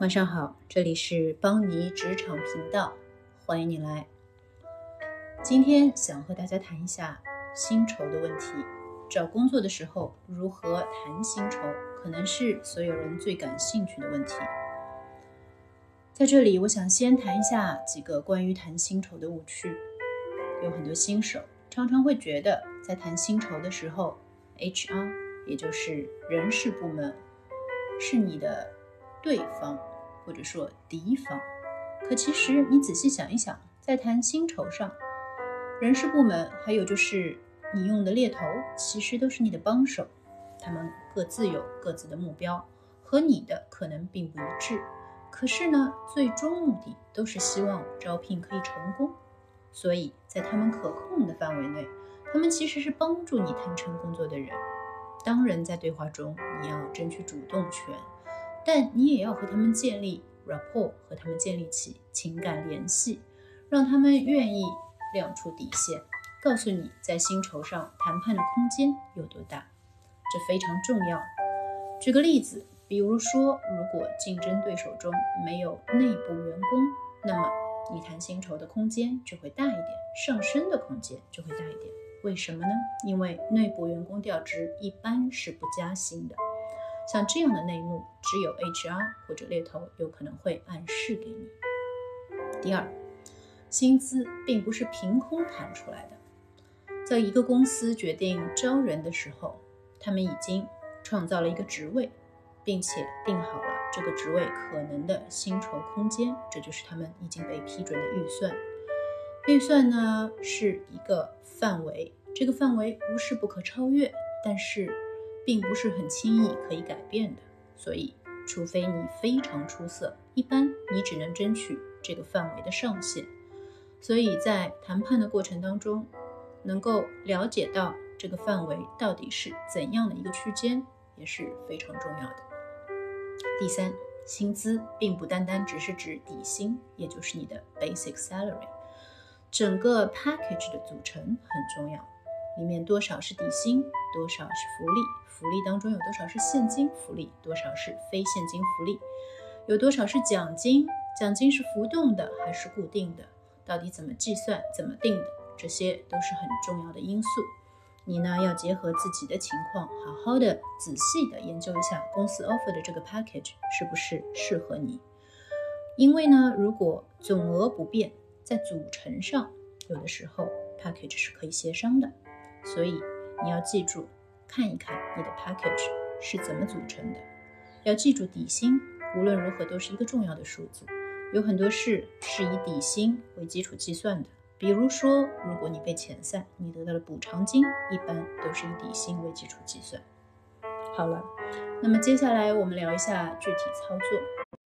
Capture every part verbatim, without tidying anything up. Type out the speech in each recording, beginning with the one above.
晚上好，这里是邦尼职场频道，欢迎你来。今天想和大家谈一下薪酬的问题。找工作的时候如何谈薪酬，可能是所有人最感兴趣的问题。在这里，我想先谈一下几个关于谈薪酬的误区。有很多新手常常会觉得，在谈薪酬的时候 H R 也就是人事部门是你的对方或者说敌方，可其实你仔细想一想，在谈薪酬上，人事部门还有就是你用的猎头其实都是你的帮手，他们各自有各自的目标，和你的可能并不一致，可是呢，最终目的都是希望招聘可以成功，所以在他们可控的范围内，他们其实是帮助你谈成工作的人。当然在对话中你要争取主动权，但你也要和他们建立 rapport， 和他们建立起情感联系，让他们愿意亮出底线，告诉你在薪酬上谈判的空间有多大，这非常重要。举个例子，比如说如果竞争对手中没有内部员工，那么你谈薪酬的空间就会大一点，上升的空间就会大一点。为什么呢？因为内部员工调职一般是不加薪的，像这样的内幕只有 H R 或者猎头有可能会暗示给你。第二，薪资并不是凭空谈出来的。在一个公司决定招人的时候，他们已经创造了一个职位，并且定好了这个职位可能的薪酬空间，这就是他们已经被批准的预算。预算呢是一个范围，这个范围不是不可超越，但是并不是很轻易可以改变的，所以除非你非常出色，一般你只能争取这个范围的上限。所以在谈判的过程当中，能够了解到这个范围到底是怎样的一个区间，也是非常重要的。第三，薪资并不单单只是指底薪，也就是你的 basic salary， 整个 package 的组成很重要，里面多少是底薪，多少是福利，福利当中有多少是现金福利，多少是非现金福利，有多少是奖金，奖金是浮动的还是固定的，到底怎么计算，怎么定的，这些都是很重要的因素。你呢，要结合自己的情况，好好的仔细的研究一下公司 offer 的这个 package 是不是适合你。因为呢，如果总额不变，在组成上有的时候 package 是可以协商的，所以你要记住看一看你的 package 是怎么组成的。要记住底薪无论如何都是一个重要的数字，有很多事是以底薪为基础计算的，比如说如果你被遣散，你得到的补偿金一般都是以底薪为基础计算。好了，那么接下来我们聊一下具体操作。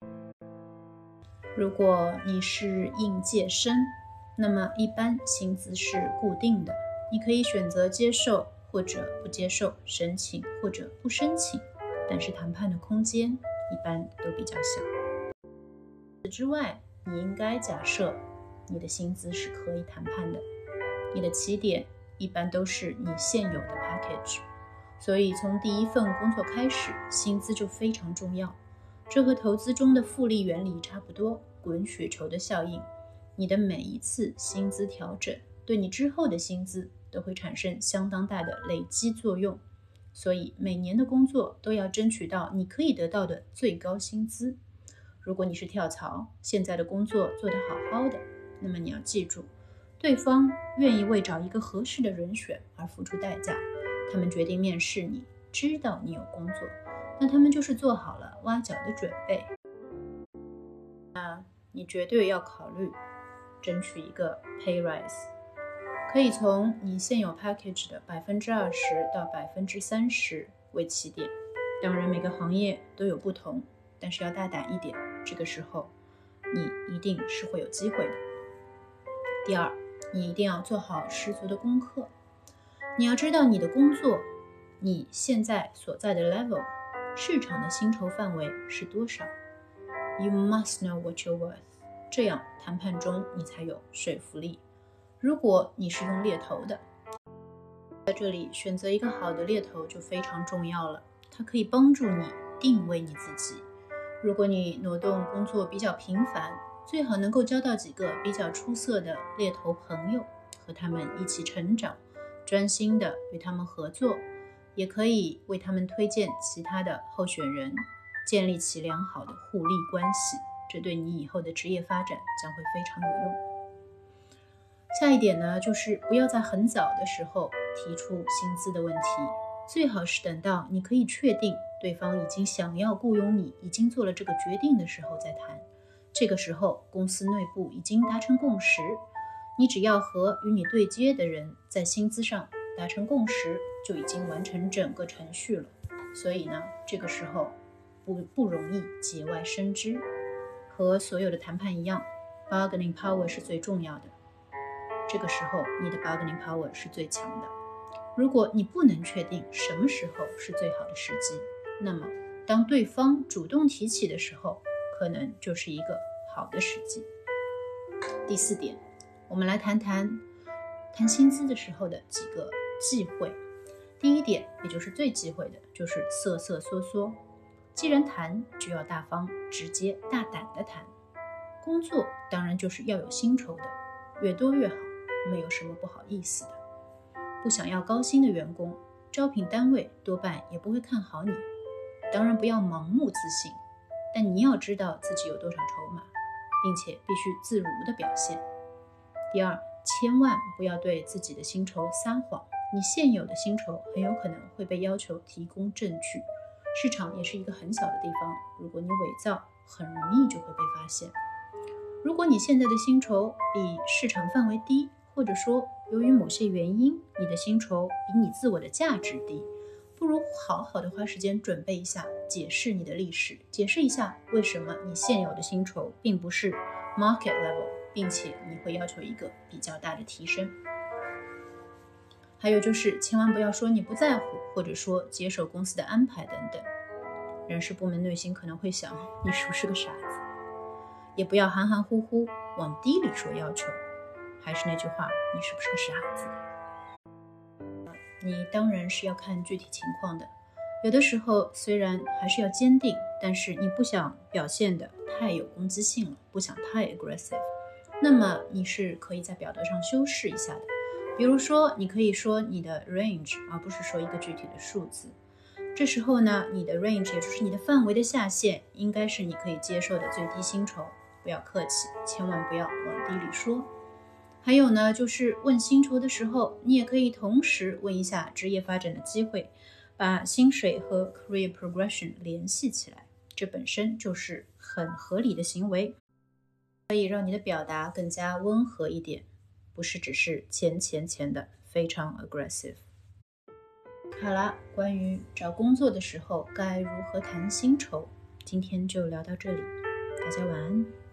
如果你是应届生，那么一般薪资是固定的，你可以选择接受或者不接受，申请或者不申请，但是谈判的空间一般都比较小。此之外，你应该假设你的薪资是可以谈判的，你的起点一般都是你现有的 package， 所以从第一份工作开始，薪资就非常重要。这和投资中的复利原理差不多，滚雪球的效应，你的每一次薪资调整对你之后的薪资都会产生相当大的累积作用，所以每年的工作都要争取到你可以得到的最高薪资。如果你是跳槽，现在的工作做得好好的，那么你要记住，对方愿意为找一个合适的人选而付出代价，他们决定面试你，知道你有工作，那他们就是做好了挖角的准备。那你绝对要考虑争取一个 pay rise， 可以从你现有 package 的 百分之二十 到 百分之三十 为起点，当然每个行业都有不同，但是要大胆一点，这个时候你一定是会有机会的。第二，你一定要做好十足的功课，你要知道你的工作，你现在所在的 level， 市场的薪酬范围是多少。 You must know what you're worth， 这样谈判中你才有说服力。如果你是用猎头的，在这里选择一个好的猎头就非常重要了，它可以帮助你定位你自己， 如果你挪动工作比较频繁，最好能够交到几个比较出色的猎头朋友，和他们一起成长，专心的与他们合作，也可以为他们推荐其他的候选人，建立起良好的互利关系，这对你以后的职业发展将会非常有用。下一点呢，就是不要在很早的时候提出薪资的问题，最好是等到你可以确定对方已经想要雇佣你，已经做了这个决定的时候再谈。这个时候公司内部已经达成共识，你只要和与你对接的人在薪资上达成共识，就已经完成整个程序了。所以呢，这个时候不不容易节外生枝。和所有的谈判一样， bargaining power 是最重要的。这个时候你的 bargaining power 是最强的。如果你不能确定什么时候是最好的时机，那么当对方主动提起的时候，可能就是一个好的时机。第四点，我们来谈谈谈薪资的时候的几个忌讳。第一点，也就是最忌讳的，就是瑟瑟缩缩。既然谈，就要大方、直接、大胆的谈。工作当然就是要有薪酬的，越多越好，没有什么不好意思的。不想要高薪的员工，招聘单位多半也不会看好你。当然不要盲目自信，但你要知道自己有多少筹码，并且必须自如的表现。第二，千万不要对自己的薪酬撒谎，你现有的薪酬很有可能会被要求提供证据。市场也是一个很小的地方，如果你伪造，很容易就会被发现。如果你现在的薪酬比市场范围低，或者说由于某些原因，你的薪酬比你自我的价值低，不如好好的花时间准备一下，解释你的历史，解释一下为什么你现有的薪酬并不是 market level， 并且你会要求一个比较大的提升。还有就是千万不要说你不在乎，或者说接受公司的安排等等。人事部门内心可能会想，你是不是个傻子？也不要含含糊糊往低里说要求。还是那句话，你是不是个傻子？你当然是要看具体情况的。有的时候虽然还是要坚定，但是你不想表现的太有攻击性了，不想太 aggressive， 那么你是可以在表达上修饰一下的。比如说你可以说你的 range， 而不是说一个具体的数字。这时候呢，你的 range 也就是你的范围的下限，应该是你可以接受的最低薪酬。不要客气，千万不要往低里说。还有呢，就是问薪酬的时候，你也可以同时问一下职业发展的机会，把薪水和 career progression 联系起来，这本身就是很合理的行为，可以让你的表达更加温和一点，不是只是钱钱钱的非常 aggressive。 好了，关于找工作的时候该如何谈薪酬，今天就聊到这里，大家晚安。